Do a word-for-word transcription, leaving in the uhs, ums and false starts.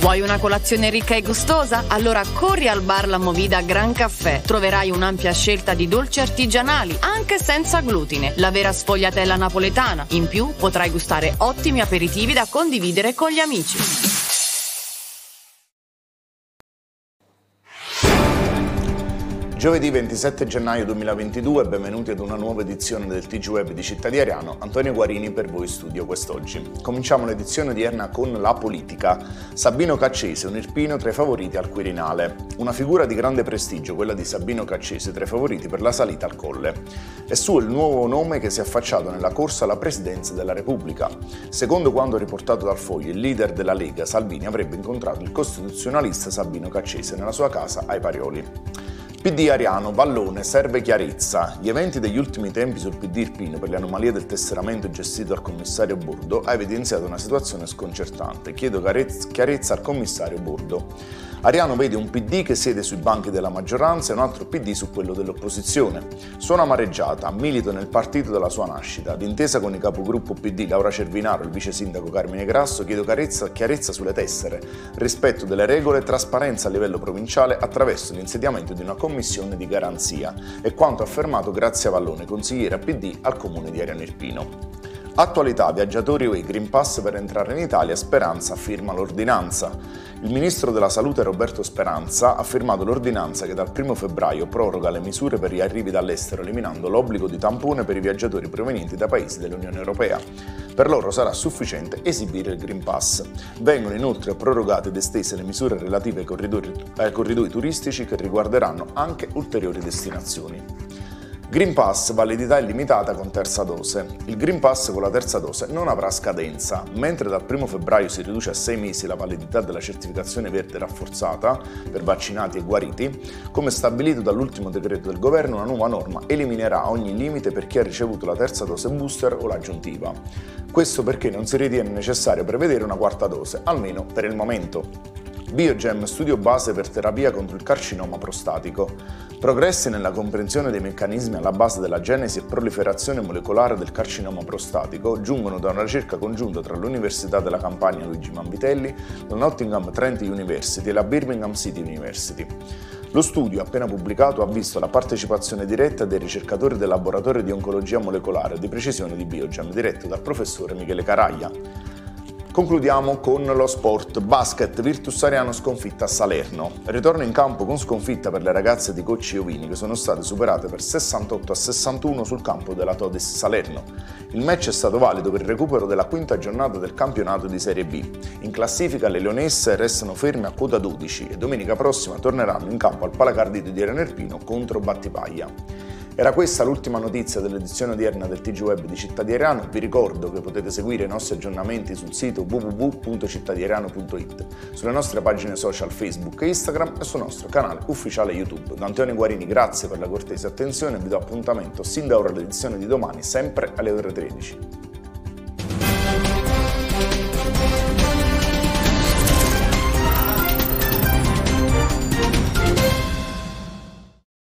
Vuoi una colazione ricca e gustosa? Allora corri al bar La Movida Gran Caffè. Troverai un'ampia scelta di dolci artigianali, anche senza glutine. La vera sfogliatella napoletana. In più potrai gustare ottimi aperitivi da condividere con gli amici. Giovedì ventisette gennaio duemilaventidue, benvenuti ad una nuova edizione del T G Web di Città di Ariano. Antonio Guarini per voi studio quest'oggi. Cominciamo l'edizione odierna con la politica. Sabino Caccese, un irpino tra i favoriti al Quirinale. Una figura di grande prestigio, quella di Sabino Caccese, tra i favoriti per la salita al Colle. È suo il nuovo nome che si è affacciato nella corsa alla presidenza della Repubblica. Secondo quanto riportato dal Foglio, il leader della Lega, Salvini, avrebbe incontrato il costituzionalista Sabino Caccese nella sua casa ai Parioli. P D Ariano, Vallone, serve chiarezza. Gli eventi degli ultimi tempi sul P D irpino per le anomalie del tesseramento gestito dal commissario Bordo ha evidenziato una situazione sconcertante. Chiedo chiarezza al commissario Bordo. Ariano vede un P D che siede sui banchi della maggioranza e un altro P D su quello dell'opposizione. Sono amareggiata, milito nel partito della sua nascita. D'intesa con i capogruppo P D Laura Cervinaro e il vice sindaco Carmine Grasso, chiedo chiarezza, chiarezza sulle tessere, rispetto delle regole e trasparenza a livello provinciale attraverso l'insediamento di una commissione di garanzia. È quanto affermato Grazia Vallone, consigliera P D al comune di Ariano Irpino. Attualità, viaggiatori U E, Green Pass per entrare in Italia, Speranza firma l'ordinanza. Il ministro della Salute Roberto Speranza ha firmato l'ordinanza che dal primo febbraio proroga le misure per gli arrivi dall'estero, eliminando l'obbligo di tampone per i viaggiatori provenienti da paesi dell'Unione Europea. Per loro sarà sufficiente esibire il Green Pass. Vengono inoltre prorogate ed estese le misure relative ai corridoi, ai corridoi turistici che riguarderanno anche ulteriori destinazioni. Green Pass, validità illimitata con terza dose. Il Green Pass con la terza dose non avrà scadenza. Mentre dal primo febbraio si riduce a sei mesi la validità della certificazione verde rafforzata per vaccinati e guariti, come stabilito dall'ultimo decreto del governo, una nuova norma eliminerà ogni limite per chi ha ricevuto la terza dose booster o l'aggiuntiva. Questo perché non si ritiene necessario prevedere una quarta dose, almeno per il momento. Biogem, studio base per terapia contro il carcinoma prostatico. Progressi nella comprensione dei meccanismi alla base della genesi e proliferazione molecolare del carcinoma prostatico giungono da una ricerca congiunta tra l'Università della Campania Luigi Manvitelli, la Nottingham Trent University e la Birmingham City University. Lo studio, appena pubblicato, ha visto la partecipazione diretta dei ricercatori del laboratorio di oncologia molecolare di precisione di Biogem, diretto dal professore Michele Caraglia. Concludiamo con lo sport. Basket, Virtus Ariano sconfitta a Salerno. Ritorno in campo con sconfitta per le ragazze di Cocci Iovini che sono state superate per sessantotto a sessantuno sul campo della Todis Salerno. Il match è stato valido per il recupero della quinta giornata del campionato di Serie B. In classifica le leonesse restano ferme a quota dodici e domenica prossima torneranno in campo al Palacardito di Ariano Irpino contro Battipaglia. Era questa l'ultima notizia dell'edizione odierna del T G Web di Città di Ariano. Vi ricordo che potete seguire i nostri aggiornamenti sul sito w w w punto cittadiariano punto i t, sulle nostre pagine social Facebook e Instagram e sul nostro canale ufficiale YouTube. Da Antonio Guarini grazie per la cortese attenzione e vi do appuntamento sin da ora all'edizione di domani, sempre alle ore tredici.